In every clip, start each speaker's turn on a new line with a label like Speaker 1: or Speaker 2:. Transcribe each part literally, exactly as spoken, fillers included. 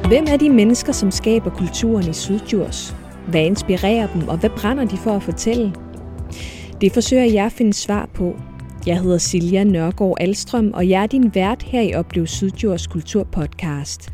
Speaker 1: Hvem er de mennesker, som skaber kulturen i Syddjurs? Hvad inspirerer dem, og hvad brænder de for at fortælle? Det forsøger jeg at finde svar på. Jeg hedder Silja Nørgaard Alstrøm, og jeg er din vært her i Oplev Syddjurs Kulturpodcast.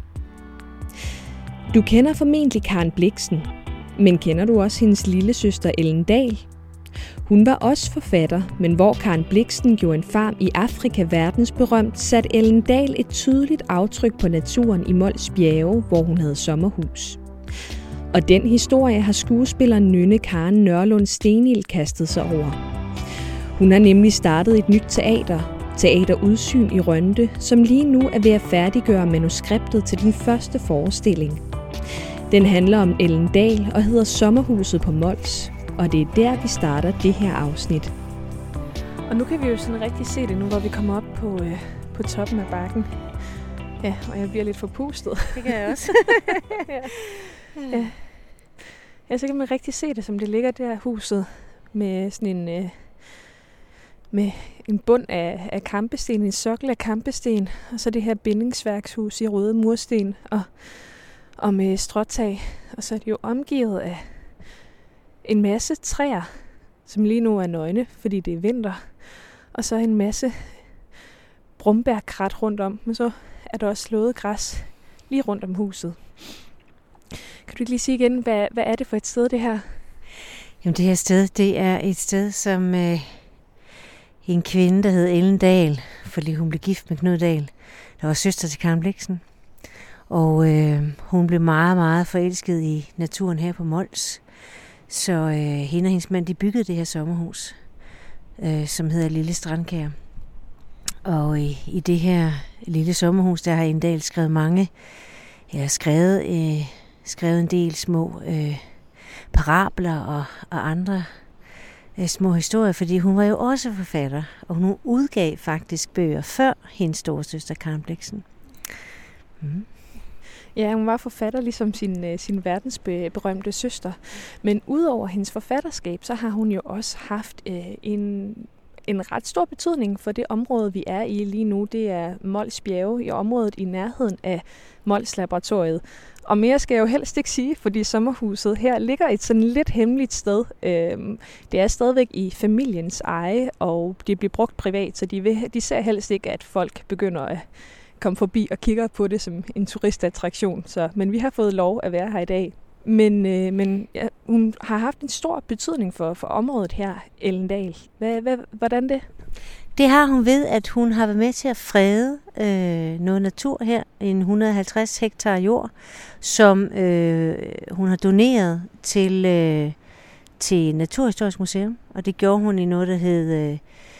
Speaker 1: Du kender formentlig Karen Blixen, men kender du også hendes lille søster Ellen Dahl? Hun var også forfatter, men hvor Karen Blixen gjorde en farm i Afrika verdensberømt, satte Ellen Dahl et tydeligt aftryk på naturen i Mols Bjerge, hvor hun havde sommerhus. Og den historie har skuespilleren Nynne Karen Nørlund Stenil kastet sig over. Hun har nemlig startet et nyt teater, Teater Udsyn i Rønde, som lige nu er ved at færdiggøre manuskriptet til den første forestilling. Den handler om Ellen Dahl og hedder Sommerhuset på Mols, og det er der, vi starter det her afsnit. Og nu kan vi jo sådan rigtig se det nu, hvor vi kommer op på, øh, på toppen af bakken. Ja, og jeg bliver lidt forpustet.
Speaker 2: Det kan jeg også.
Speaker 1: ja. Ja. Ja, så kan man rigtig se det, som det ligger der huset med sådan en, øh, med en bund af, af kampesten, en sokkel af kampesten, og så det her bindingsværkshus i røde mursten og, og med stråtag. Og så er det jo omgivet af en masse træer, som lige nu er nøgne, fordi det er vinter. Og så en masse brumbærkrat rundt om, men så er der også slået græs lige rundt om huset. Kan du ikke lige sige igen, hvad, hvad er det for et sted, det her?
Speaker 2: Jamen det her sted, det er et sted, som øh, en kvinde, der hed Ellen Dahl, fordi hun blev gift med Knud Dahl, der var søster til Karen Blixen. Og øh, hun blev meget, meget forelsket i naturen her på Mols. Så øh, hende og hendes mand, de byggede det her sommerhus, øh, som hedder Lille Strandkær. Og i, i det her lille sommerhus, der har Ellen Dahl skrevet mange, ja, skrevet, øh, skrevet en del små øh, parabler og, og andre øh, små historier, fordi hun var jo også forfatter, og hun udgav faktisk bøger før hendes storesøster Karen Blixen. Mm.
Speaker 1: Ja, hun var forfatter ligesom sin, sin verdensberømte søster. Men udover hendes forfatterskab, så har hun jo også haft øh, en, en ret stor betydning for det område, vi er i lige nu. Det er Mols Bjerge, i området i nærheden af Mols Laboratoriet. Og mere skal jeg jo helst ikke sige, fordi sommerhuset her ligger et sådan lidt hemmeligt sted. Øh, det er stadigvæk i familiens eje, og det bliver brugt privat, så de, vil, de ser helst ikke, at folk begynder at komme forbi og kigger på det som en turistattraktion. Så, men vi har fået lov at være her i dag. Men, øh, men ja, hun har haft en stor betydning for, for området her, Ellen Dahl. Hvad, hvad, hvordan det?
Speaker 2: Det har hun ved, at hun har været med til at frede øh, noget natur her, en et hundrede og halvtreds hektar jord, som øh, hun har doneret til, øh, til Naturhistorisk Museum. Og det gjorde hun i noget, der hed øh,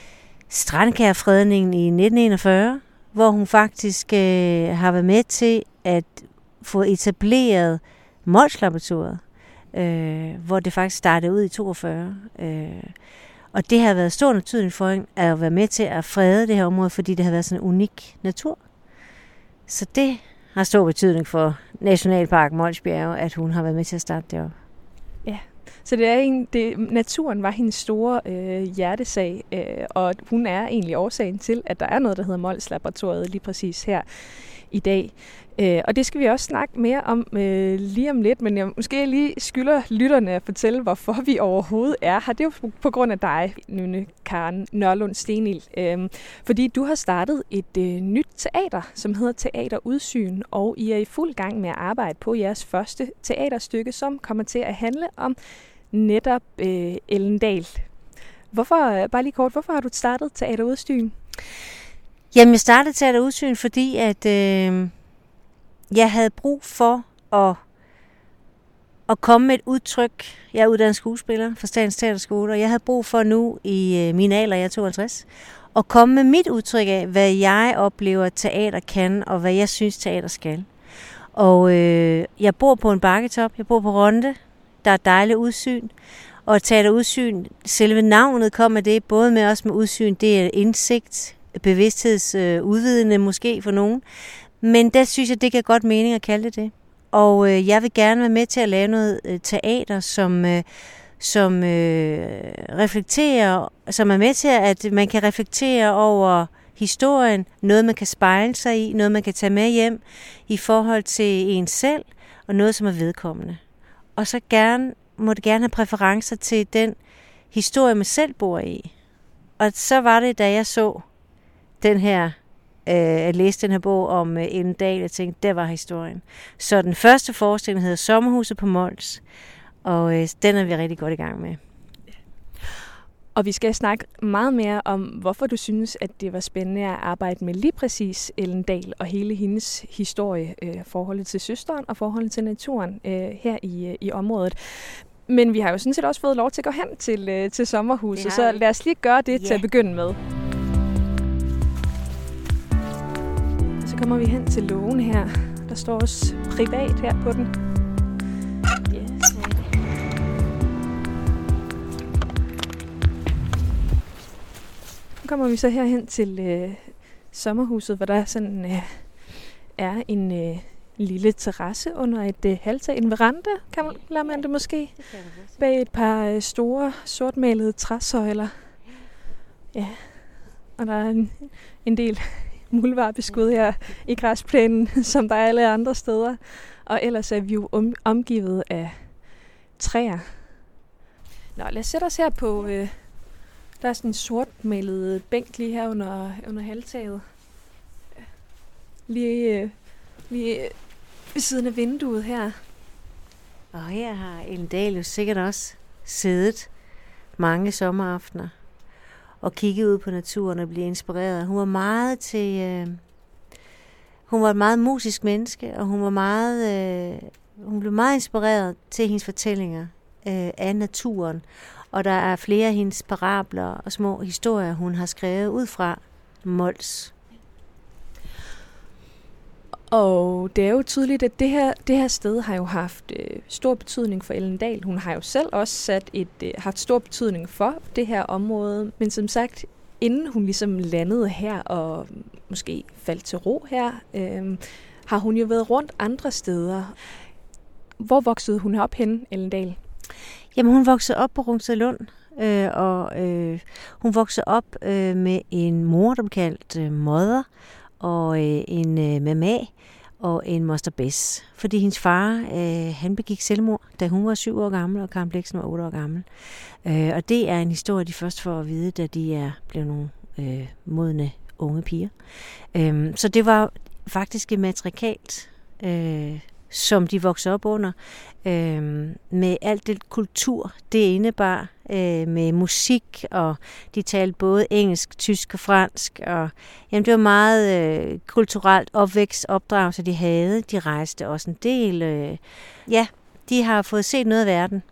Speaker 2: Strandkærfredningen i nitten enogfyrre, hvor hun faktisk øh, har været med til at få etableret Mols Laboratoriet, øh, hvor det faktisk startede ud i toogfyrre. Øh, og det har været stor betydning for hende at være med til at frede det her område, fordi det har været sådan en unik natur. Så det har stor betydning for Nationalpark Mols Bjerge, at hun har været med til at starte deroppe.
Speaker 1: Ja. Så det er en, det, naturen var hendes store øh, hjertesag, øh, og hun er egentlig årsagen til, at der er noget, der hedder Mols Laboratoriet lige præcis her i dag. Øh, og det skal vi også snakke mere om øh, lige om lidt, men jeg måske lige skylder lytterne at fortælle, hvorfor vi overhovedet er her. Det er jo på grund af dig, Nynne Karen Nørlund Stenil, øh, fordi du har startet et øh, nyt teater, som hedder Teater Udsyn, og I er i fuld gang med at arbejde på jeres første teaterstykke, som kommer til at handle om netop øh, Ellen Dahl. Hvorfor, bare lige kort, hvorfor har du startet Teater Udsyn?
Speaker 2: Jamen, jeg startede Teater Udsyn, fordi at øh, jeg havde brug for at, at komme med et udtryk. Jeg er uddannet skuespiller fra Statens Teaterskole, og jeg havde brug for nu i øh, min alder, jeg er tooghalvtreds, at komme med mit udtryk af, hvad jeg oplever, at teater kan, og hvad jeg synes, teater skal. Og øh, jeg bor på en bakketop, jeg bor på Rønde, der er dejligt udsyn, og Teater Udsyn, selve navnet kommer det, både med os med udsyn, det er indsigt, bevidsthedsudvidende øh, måske for nogen, men der synes jeg, det giver godt mening at kalde det det. Og øh, jeg vil gerne være med til at lave noget øh, teater, som, øh, som øh, reflekterer, som er med til, at man kan reflektere over historien, noget man kan spejle sig i, noget man kan tage med hjem i forhold til en selv, og noget som er vedkommende. Og så gerne, må det gerne have præferencer til den historie, man selv bor i. Og så var det, da jeg så den her, øh, at læse den her bog om øh, Ellen Dahl, jeg tænkte, der var historien. Så den første forestilling hedder Sommerhuset på Mols, og øh, den er vi rigtig godt i gang med.
Speaker 1: Og vi skal snakke meget mere om, hvorfor du synes, at det var spændende at arbejde med lige præcis Ellen Dahl og hele hendes historie, øh, forholdet til søsteren og forholdet til naturen øh, her i, øh, i området. Men vi har jo sådan set også fået lov til at gå hen til, øh, til sommerhuset, så lad os lige gøre det ja. til at begynde med. Så kommer vi hen til lågen her. Der står også privat her på den. Yes. Nu kommer vi så herhen til øh, sommerhuset, hvor der sådan øh, er en øh, lille terrasse under et øh, halvtag. En veranda, kan man, lader man det måske, bag et par øh, store sortmalede træsøjler. Ja, og der er en, en del muldvarpeskud her i græsplænen, som der er alle andre steder. Og ellers er vi jo om, omgivet af træer. Nå, lad os sætte os her på... Øh, der er sådan en sortmalet bænk lige her under, under halvtaget. Lige, øh, lige øh, ved siden af vinduet her.
Speaker 2: Og her har Ellen Dahl jo sikkert også siddet mange sommeraftener og kigget ud på naturen og blive inspireret. Hun var meget til... Øh, hun var et meget musisk menneske, og hun var meget... Øh, hun blev meget inspireret til hendes fortællinger øh, af naturen. Og der er flere af hendes parabler og små historier, hun har skrevet ud fra Mols.
Speaker 1: Og det er jo tydeligt, at det her, det her sted har jo haft øh, stor betydning for Ellen Dahl. Hun har jo selv også sat et, øh, haft stor betydning for det her område. Men som sagt, inden hun ligesom landede her og måske faldt til ro her, øh, har hun jo været rundt andre steder. Hvor voksede hun op henne, Ellen Dahl?
Speaker 2: Jamen, hun voksede op på Rungstedlund, øh, og øh, hun voksede op øh, med en mor, der blev kaldt øh, Mother, og øh, en øh, mama og en moster Bess. Fordi hendes far, øh, han begik selvmord, da hun var syv år gammel, og Karen Blixen var otte år gammel. Øh, og det er en historie, de først får at vide, da de er blevet nogle øh, modne unge piger. Øh, så det var faktisk et matrikalt, øh, som de voksede op under, øh, med alt det kultur, det indebar, øh, med musik, og de talte både engelsk, tysk og fransk, og jamen, det var meget øh, kulturelt opvækst, opdragelse, de havde. De rejste også en del. Øh, ja, de har fået set noget af verden.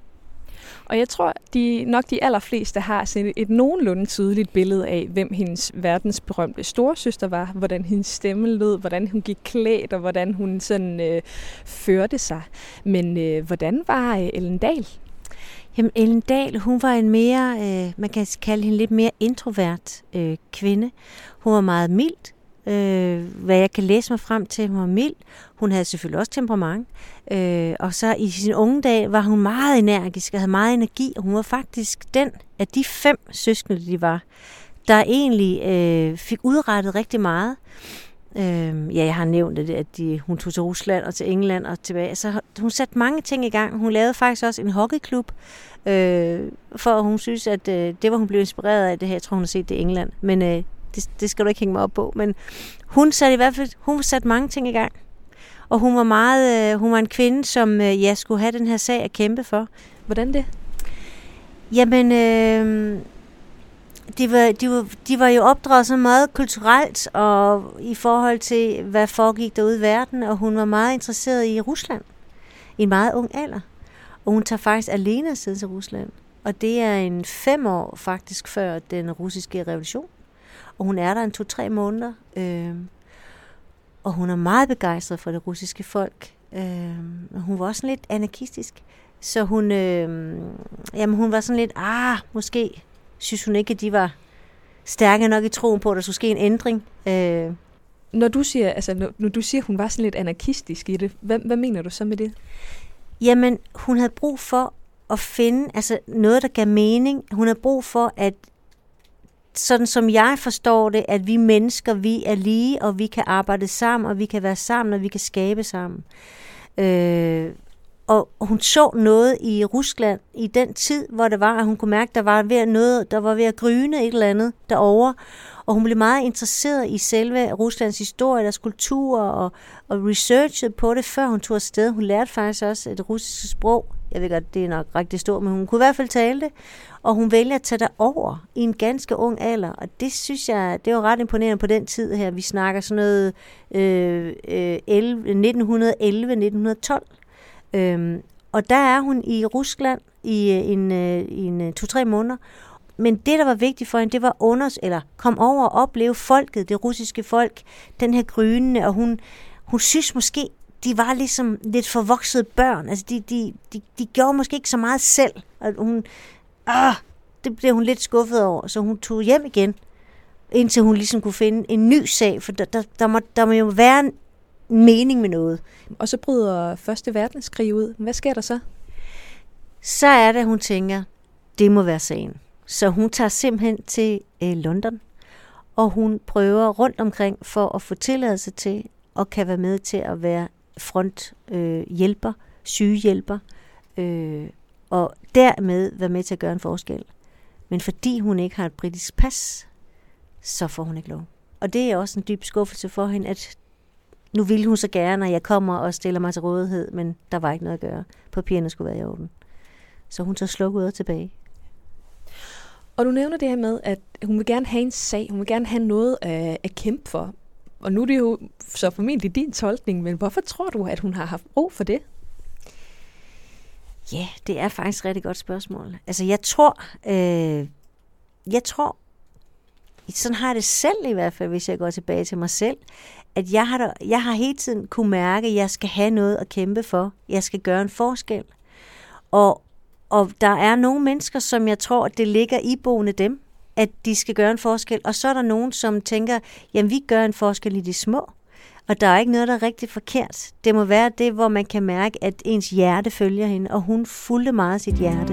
Speaker 1: Og jeg tror, de nok de allerfleste har sådan et nogenlunde tydeligt billede af, hvem hendes verdensberømte storesøster var, hvordan hendes stemme lød, hvordan hun gik klædt, og hvordan hun sådan øh, førte sig. Men øh, hvordan var øh, Ellen Dahl?
Speaker 2: Jamen, Ellen Dahl, hun var en mere, øh, man kan kalde hende lidt mere introvert øh, kvinde. Hun var meget mild. Øh, hvad jeg kan læse mig frem til, hun var mild. Hun havde selvfølgelig også temperament. Øh, og så i sin unge dag var hun meget energisk og havde meget energi. Og hun var faktisk den af de fem søskende, de var, der egentlig øh, fik udrettet rigtig meget. Øh, ja, jeg har nævnt det, at de, hun tog til Rusland og til England og tilbage. Så hun satte mange ting i gang. Hun lavede faktisk også en hockeyklub, øh, for hun synes, at øh, det var hun blev inspireret af det her. Jeg tror, hun har set det i England. Men øh, det, det skal du ikke hænge mig op på. Men hun satte i hvert fald hun satte mange ting i gang. Og hun var meget, øh, hun var en kvinde, som øh, ja, skulle have den her sag at kæmpe for.
Speaker 1: Hvordan det?
Speaker 2: Jamen, øh, de, var, de, var, de var jo opdraget så meget kulturelt, og i forhold til, hvad foregik derude i verden, og hun var meget interesseret i Rusland, i en meget ung alder. Og hun tager faktisk alene afsted til Rusland. Og det er en fem år faktisk før den russiske revolution. Og hun er der en to-tre måneder. Øh, og hun er meget begejstret for det russiske folk. Øh, hun var også lidt anarkistisk. Så hun, øh, jamen hun var sådan lidt, ah, måske synes hun ikke, at de var stærke nok i troen på, at der skulle ske en ændring. Øh.
Speaker 1: Når du siger, altså, når, når du siger, at hun var sådan lidt anarkistisk i det, hvad, hvad mener du så med det?
Speaker 2: Jamen, hun havde brug for at finde altså noget, der gav mening. Hun havde brug for at sådan som jeg forstår det, at vi mennesker, vi er lige, og vi kan arbejde sammen, og vi kan være sammen, og vi kan skabe sammen. Øh, og hun så noget i Rusland i den tid, hvor det var, at hun kunne mærke, at der var ved noget, der var ved at gryne et eller andet derovre. Og hun blev meget interesseret i selve Ruslands historie, deres kultur, og, og researchede på det, før hun tog afsted. Hun lærte faktisk også et russisk sprog. Jeg ved godt, det er nok rigtig stort, men hun kunne i hvert fald tale det. Og hun vælger at tage derover i en ganske ung alder. Og det synes jeg, det var ret imponerende på den tid her. Vi snakker sådan noget øh, øh, nitten elleve nitten tolv. Øhm, og der er hun i Rusland i en, øh, i en to-tre måneder. Men det, der var vigtigt for hende, det var unders eller kom over og opleve folket, det russiske folk, den her grynende, og hun, hun synes måske, de var ligesom lidt forvoksede børn. Altså, de, de, de, de gjorde måske ikke så meget selv. Og hun, ah, det blev hun lidt skuffet over, så hun tog hjem igen, indtil hun ligesom kunne finde en ny sag, for der, der, der, må, der må jo være en mening med noget.
Speaker 1: Og så bryder Første Verdenskrig ud. Hvad sker der så?
Speaker 2: Så er det, hun tænker, det må være sagen. Så hun tager simpelthen til øh, London, og hun prøver rundt omkring for at få tilladelse til, og kan være med til at være fronthjælper, øh, sygehjælper, øh, og dermed være med til at gøre en forskel. Men fordi hun ikke har et britisk pas, så får hun ikke lov. Og det er også en dyb skuffelse for hende, at nu ville hun så gerne, at jeg kommer og stiller mig til rådighed, men der var ikke noget at gøre. Papirerne skulle være i orden. Så hun tager slukket ud og tilbage.
Speaker 1: Og du nævner det her med, at hun vil gerne have en sag, hun vil gerne have noget at, at kæmpe for. Og nu er det jo så formentlig din tolkning, men hvorfor tror du, at hun har haft brug for det?
Speaker 2: Ja, det er faktisk et rigtig godt spørgsmål. Altså jeg tror, øh, jeg tror, sådan har jeg det selv i hvert fald, hvis jeg går tilbage til mig selv, at jeg har, jeg har hele tiden kunne mærke, at jeg skal have noget at kæmpe for. Jeg skal gøre en forskel. Og Og der er nogle mennesker, som jeg tror, at det ligger iboende dem, at de skal gøre en forskel. Og så er der nogen, som tænker, jamen vi gør en forskel i de små. Og der er ikke noget, der er rigtig forkert. Det må være det, hvor man kan mærke, at ens hjerte følger hende, og hun fulgte meget sit hjerte.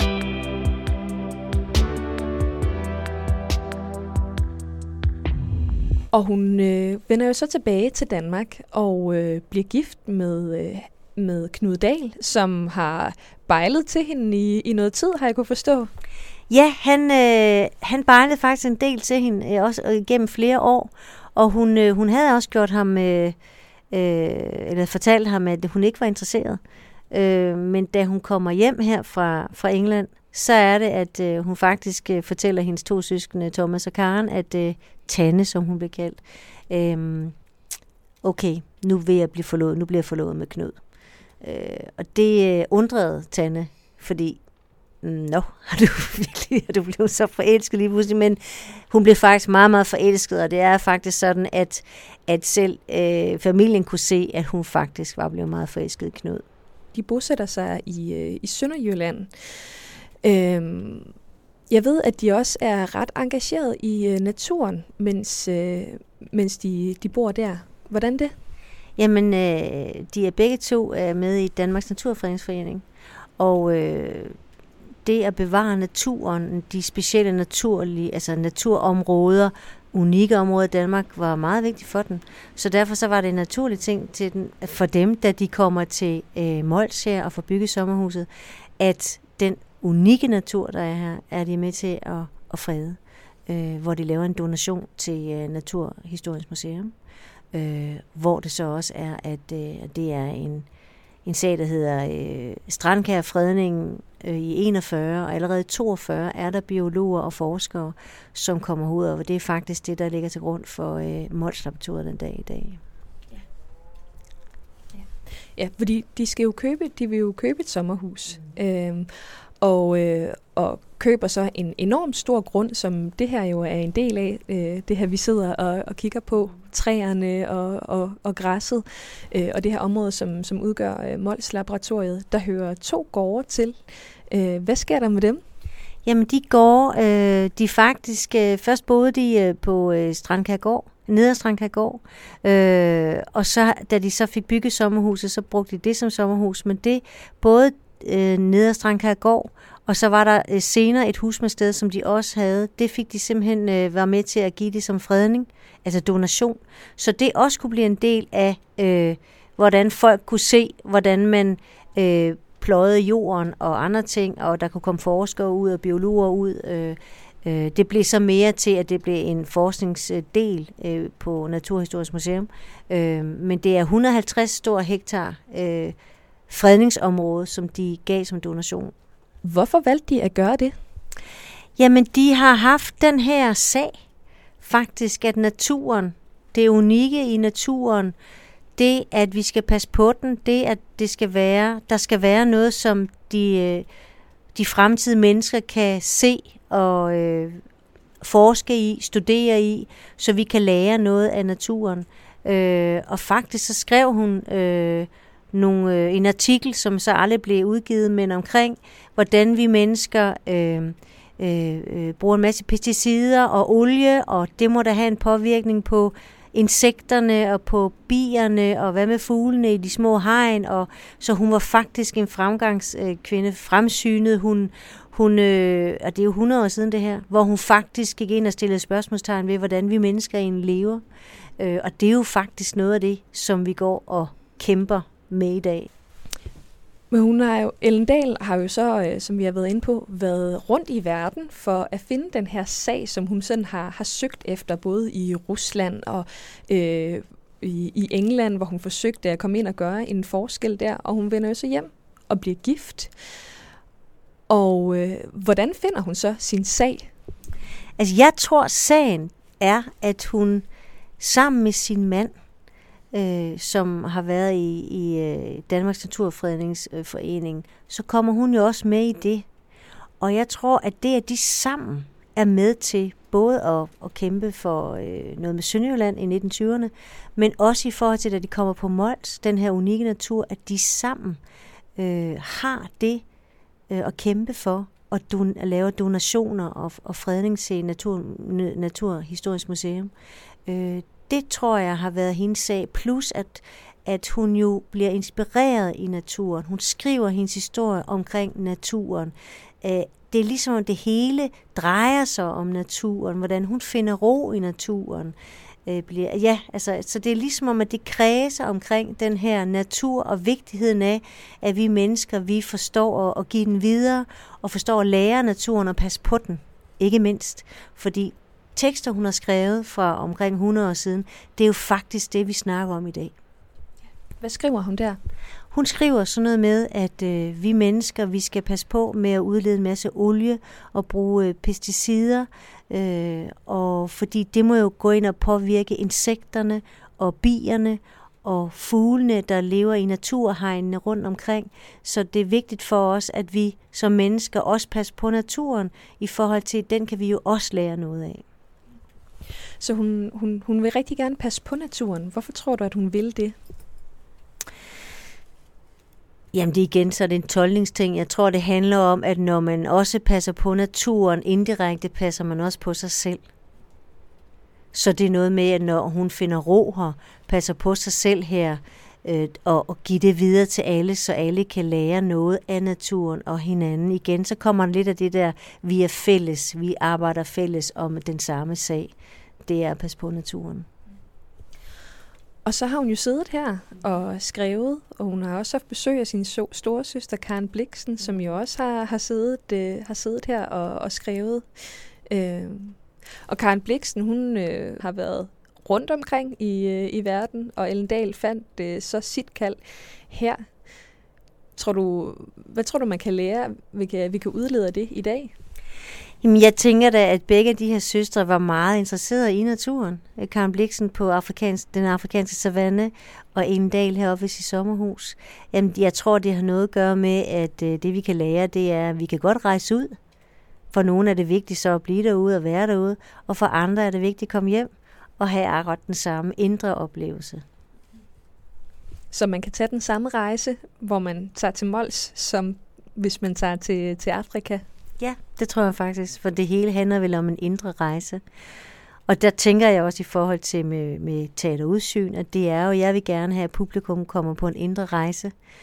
Speaker 1: Og hun øh, vender jo så tilbage til Danmark og øh, bliver gift med... Øh, med Knud Dahl, som har bejlet til hende i, i noget tid, har jeg kunne forstå.
Speaker 2: Ja, han, øh, han bejlede faktisk en del til hende, øh, også øh, gennem flere år, og hun, øh, hun havde også gjort ham, øh, øh, eller fortalt ham, at hun ikke var interesseret. Øh, men da hun kommer hjem her fra, fra England, så er det, at øh, hun faktisk øh, fortæller hendes to søskende, Thomas og Karen, at øh, Tanne, som hun blev kaldt, øh, okay, nu vil jeg blive forlovet, nu bliver jeg forlovet med Knud. Øh, og det øh, undrede Tanne, fordi, nå, har du virkelig, har du blevet så forelsket lige pludselig, men hun blev faktisk meget, meget forelsket, og det er faktisk sådan, at, at selv øh, familien kunne se, at hun faktisk var blevet meget forelsket i Knud.
Speaker 1: De bosætter sig i, øh, i Sønderjylland. Øhm, jeg ved, at de også er ret engageret i øh, naturen, mens, øh, mens de, de bor der. Hvordan det?
Speaker 2: Jamen, øh, de er begge to er med i Danmarks Naturfredningsforening, og øh, det at bevare naturen, de specielle naturlige, altså naturområder, unikke områder i Danmark, var meget vigtigt for dem. Så derfor så var det en naturlig ting til den, for dem, da de kommer til øh, Mols her og får bygget sommerhuset, at den unikke natur, der er her, er de med til at, at frede, øh, hvor de laver en donation til øh, Naturhistorisk Museum. Øh, hvor det så også er, at øh, det er en, en sag, der hedder øh, Strandkærfredningen øh, i enogfyrre, og allerede i toogfyrre er der biologer og forskere, som kommer ud, og det er faktisk det, der ligger til grund for øh, Mols-laboratoriet den dag i dag.
Speaker 1: Ja. Ja. Ja, fordi de skal jo købe, de vil jo købe et sommerhus, mm. øhm, og, øh, og køber så en enormt stor grund, som det her jo er en del af, øh, det her vi sidder og, og kigger på, træerne og, og, og græsset, øh, og det her område, som, som udgør øh, Mols-laboratoriet, der hører to gårde til. Øh, hvad sker der med dem?
Speaker 2: Jamen de gårde, øh, de faktisk, øh, først boede de øh, på øh, Strandkærgård, Neder Strandkærgård, øh, og så da de så fik bygget sommerhuset, så brugte de det som sommerhus, men det både øh, Neder Strandkærgård Og så var der øh, senere et husmandssted, som de også havde. Det fik de simpelthen øh, var med til at give det som fredning, altså donation. Så det også kunne blive en del af, øh, hvordan folk kunne se, hvordan man øh, pløjede jorden og andre ting, og der kunne komme forskere ud og biologer ud. Øh, øh, det blev så mere til, at det blev en forskningsdel øh, på Naturhistorisk Museum. Øh, men det er et hundrede og halvtreds store hektar øh, fredningsområde, som de gav som donation.
Speaker 1: Hvorfor valgte de at gøre det?
Speaker 2: Jamen, de har haft den her sag, faktisk, at naturen, det unikke i naturen, det, at vi skal passe på den, det, at det skal være, der skal være noget, som de, de fremtidige mennesker kan se og øh, forske i, studere i, så vi kan lære noget af naturen. Øh, og faktisk så skrev hun øh, nogle, øh, en artikel, som så aldrig blev udgivet, men omkring, hvordan vi mennesker øh, øh, øh, bruger en masse pesticider og olie, og det må da have en påvirkning på insekterne og på bierne, og hvad med fuglene i de små hegn. Og så hun var faktisk en fremgangskvinde, fremsynet. Hun, hun øh, og det er jo hundrede år siden det her, hvor hun faktisk gik ind og stillede spørgsmålstegn ved, hvordan vi mennesker egentlig lever. Øh, og det er jo faktisk noget af det, som vi går og kæmper med i dag.
Speaker 1: Men hun har jo, Ellen Dahl har jo så, som vi har været inde på, været rundt i verden for at finde den her sag, som hun sådan har, har søgt efter, både i Rusland og øh, i, i England, hvor hun forsøgte at komme ind og gøre en forskel der, og hun vender jo så hjem og bliver gift. Og øh, hvordan finder hun så sin sag?
Speaker 2: Altså, jeg tror, sagen er, at hun sammen med sin mand, Øh, som har været i, i øh, Danmarks Naturfredningsforening, øh, så kommer hun jo også med i det. Og jeg tror, at det, at de sammen er med til både at, at kæmpe for øh, noget med Sønderjylland i nitten tyverne, men også i forhold til, at de kommer på Mols, den her unikke natur, at de sammen øh, har det øh, at kæmpe for, og don- at lave donationer og, og fredning til Natur, Naturhistorisk Museum. Øh, Det tror jeg har været hendes sag, plus at, at hun jo bliver inspireret i naturen. Hun skriver hendes historie omkring naturen. Det er ligesom, at det hele drejer sig om naturen, hvordan hun finder ro i naturen. Ja, altså, så det er ligesom om, at det kredser omkring den her natur og vigtigheden af, at vi mennesker, vi forstår at give den videre, og forstår at lære naturen og passe på den, ikke mindst. Fordi tekster, hun har skrevet fra omkring hundrede år siden, det er jo faktisk det, vi snakker om i dag.
Speaker 1: Hvad skriver hun der?
Speaker 2: Hun skriver sådan noget med, at øh, vi mennesker, vi skal passe på med at udlede en masse olie og bruge øh, pesticider, øh, og fordi det må jo gå ind og påvirke insekterne og bierne og fuglene, der lever i naturhegnene rundt omkring. Så det er vigtigt for os, at vi som mennesker også passer på naturen, i forhold til, den kan vi jo også lære noget af.
Speaker 1: Så hun, hun, hun vil rigtig gerne passe på naturen. Hvorfor tror du, at hun vil det?
Speaker 2: Jamen det er igen så er det en tolkningsting. Jeg tror, det handler om, at når man også passer på naturen, indirekte passer man også på sig selv. Så det er noget med, at når hun finder ro her, passer på sig selv her, øh, og, og giver det videre til alle, så alle kan lære noget af naturen og hinanden. Igen, så kommer lidt af det der, vi er fælles, vi arbejder fælles om den samme sag. Det er at passe på naturen.
Speaker 1: Og så har hun jo siddet her og skrevet, og hun har også haft besøg af sin so- store søster Karen Blixen, som jo også har, har, siddet, øh, har siddet her og, og skrevet. Øh, og Karen Blixen, hun øh, har været rundt omkring i, øh, i verden, og Ellen Dahl fandt øh, så sit kald her. Tror du, hvad tror du, man kan lære, vi kan, vi kan udlede af det i dag?
Speaker 2: Jamen, jeg tænker da, at begge de her søstre var meget interesserede i naturen. Karen Blixen på afrikansk, den afrikanske savanne, og Ellen Dahl heroppe i sit sommerhus. Jamen, jeg tror, det har noget at gøre med, at det vi kan lære, det er, at vi kan godt rejse ud. For nogle er det vigtigt så at blive derude og være derude, og for andre er det vigtigt at komme hjem og have akkurat den samme indre oplevelse.
Speaker 1: Så man kan tage den samme rejse, hvor man tager til Mols, som hvis man tager til, til Afrika?
Speaker 2: Ja, det tror jeg faktisk, for det hele handler vel om en indre rejse. Og der tænker jeg også i forhold til med, med teaterudsyn, at det er jo, jeg vil gerne have, at publikum kommer på en indre rejse.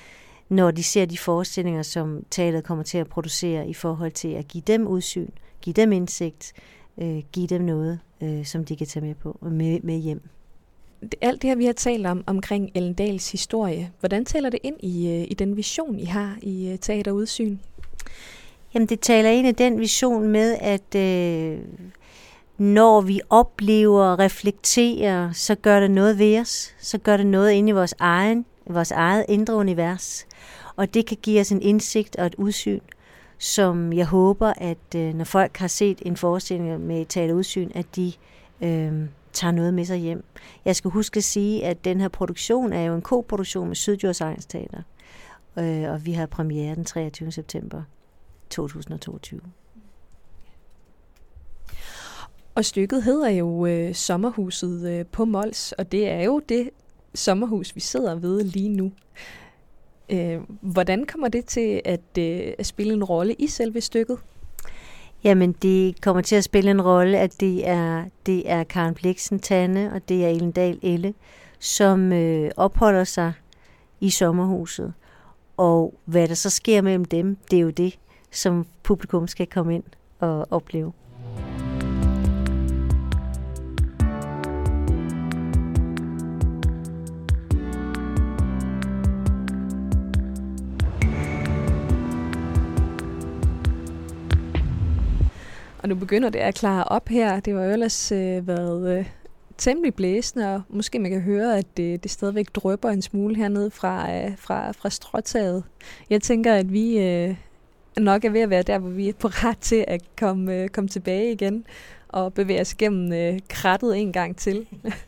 Speaker 2: når de ser de forestillinger, som teateret kommer til at producere i forhold til at give dem udsyn, give dem indsigt, øh, give dem noget, øh, som de kan tage med på og med, med hjem.
Speaker 1: Alt det her, vi har talt om omkring Ellen Dahls historie, hvordan taler det ind i, i den vision, I har i Teater Udsyn?
Speaker 2: Jamen, det taler ind i den vision med, at øh, når vi oplever og reflekterer, så gør det noget ved os. Så gør det noget inde i vores, egen, vores eget indre univers. Og det kan give os en indsigt og et udsyn, som jeg håber, at øh, når folk har set en forestilling med Teater Udsyn, at de øh, tager noget med sig hjem. Jeg skal huske at sige, at den her produktion er jo en koproduktion med Syddjurs Egnsteater. Øh, og vi har premiere den treogtyvende september to tusind og toogtyve.
Speaker 1: Og stykket hedder jo øh, Sommerhuset øh, på Mols, og det er jo det sommerhus, vi sidder ved lige nu. Øh, hvordan kommer det til at, øh, at spille en rolle i selve stykket?
Speaker 2: Jamen, det kommer til at spille en rolle, at det er, det er Karen Blixen Tanne, og det er Ellen Dahl Elle, som øh, opholder sig i sommerhuset. Og hvad der så sker mellem dem, det er jo det, som publikum skal komme ind og opleve.
Speaker 1: Og nu begynder det at klare op her. Det var jo ellers øh, været øh, temmelig blæsende, og måske man kan høre, at det, det stadigvæk drypper en smule hernede fra, øh, fra, fra stråtaget. Jeg tænker, at vi øh, nok er ved at være der, hvor vi er parat til at komme, øh, komme tilbage igen og bevæge os gennem øh, krattet en gang til.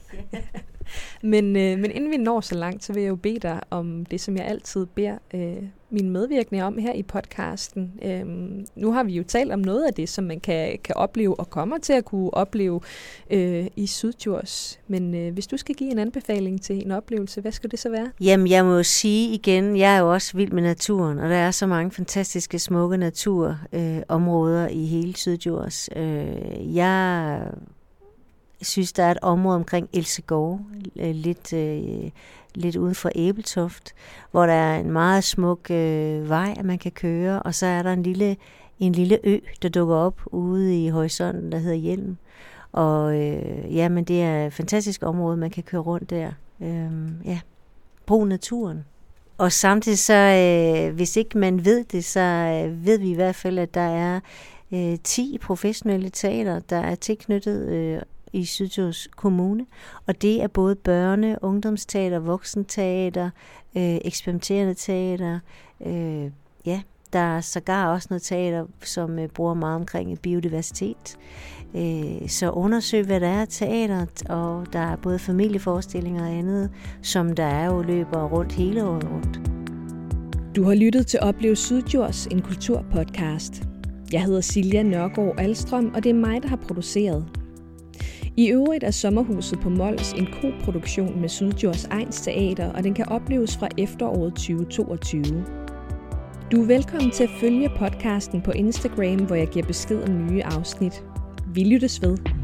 Speaker 1: men, øh, men inden vi når så langt, så vil jeg jo bede dig om det, som jeg altid beder øh, min medvirkende om her i podcasten. Øhm, nu har vi jo talt om noget af det, som man kan, kan opleve og kommer til at kunne opleve øh, i Syddjurs. Men øh, hvis du skal give en anbefaling til en oplevelse, hvad skal det så være?
Speaker 2: Jamen, jeg må jo sige igen, jeg er jo også vild med naturen, og der er så mange fantastiske, smukke naturområder øh, i hele Syddjurs. Øh, jeg synes, der er et område omkring Elsegårde, øh, lidt... Øh, lidt uden for Ebeltoft, hvor der er en meget smuk øh, vej, man kan køre, og så er der en lille, en lille ø, der dukker op ude i horisonten, der hedder Hjelm. Og øh, ja, men det er et fantastisk område, man kan køre rundt der. Øh, ja, brug naturen. Og samtidig så, øh, hvis ikke man ved det, så øh, ved vi i hvert fald, at der er øh, ti professionelle teater, der er tilknyttet øh, i Syddjurs Kommune, og det er både børne-, ungdomsteater, voksenteater, øh, eksperimenterende teater. Øh, ja, der er sågar også noget teater, som øh, bruger meget omkring biodiversitet. Øh, så undersøg, hvad der er teateret, og der er både familieforestillinger og andet, som der er jo løber rundt hele året rundt.
Speaker 1: Du har lyttet til Oplev Syddjurs, en kulturpodcast. Jeg hedder Silja Nørgaard Alstrøm, og det er mig, der har produceret. I øvrigt er Sommerhuset på Mols en koproduktion med Syddjurs Egnsteater, og den kan opleves fra efteråret tyve toogtyve. Du er velkommen til at følge podcasten på Instagram, hvor jeg giver besked om nye afsnit. Vi lyttes ved.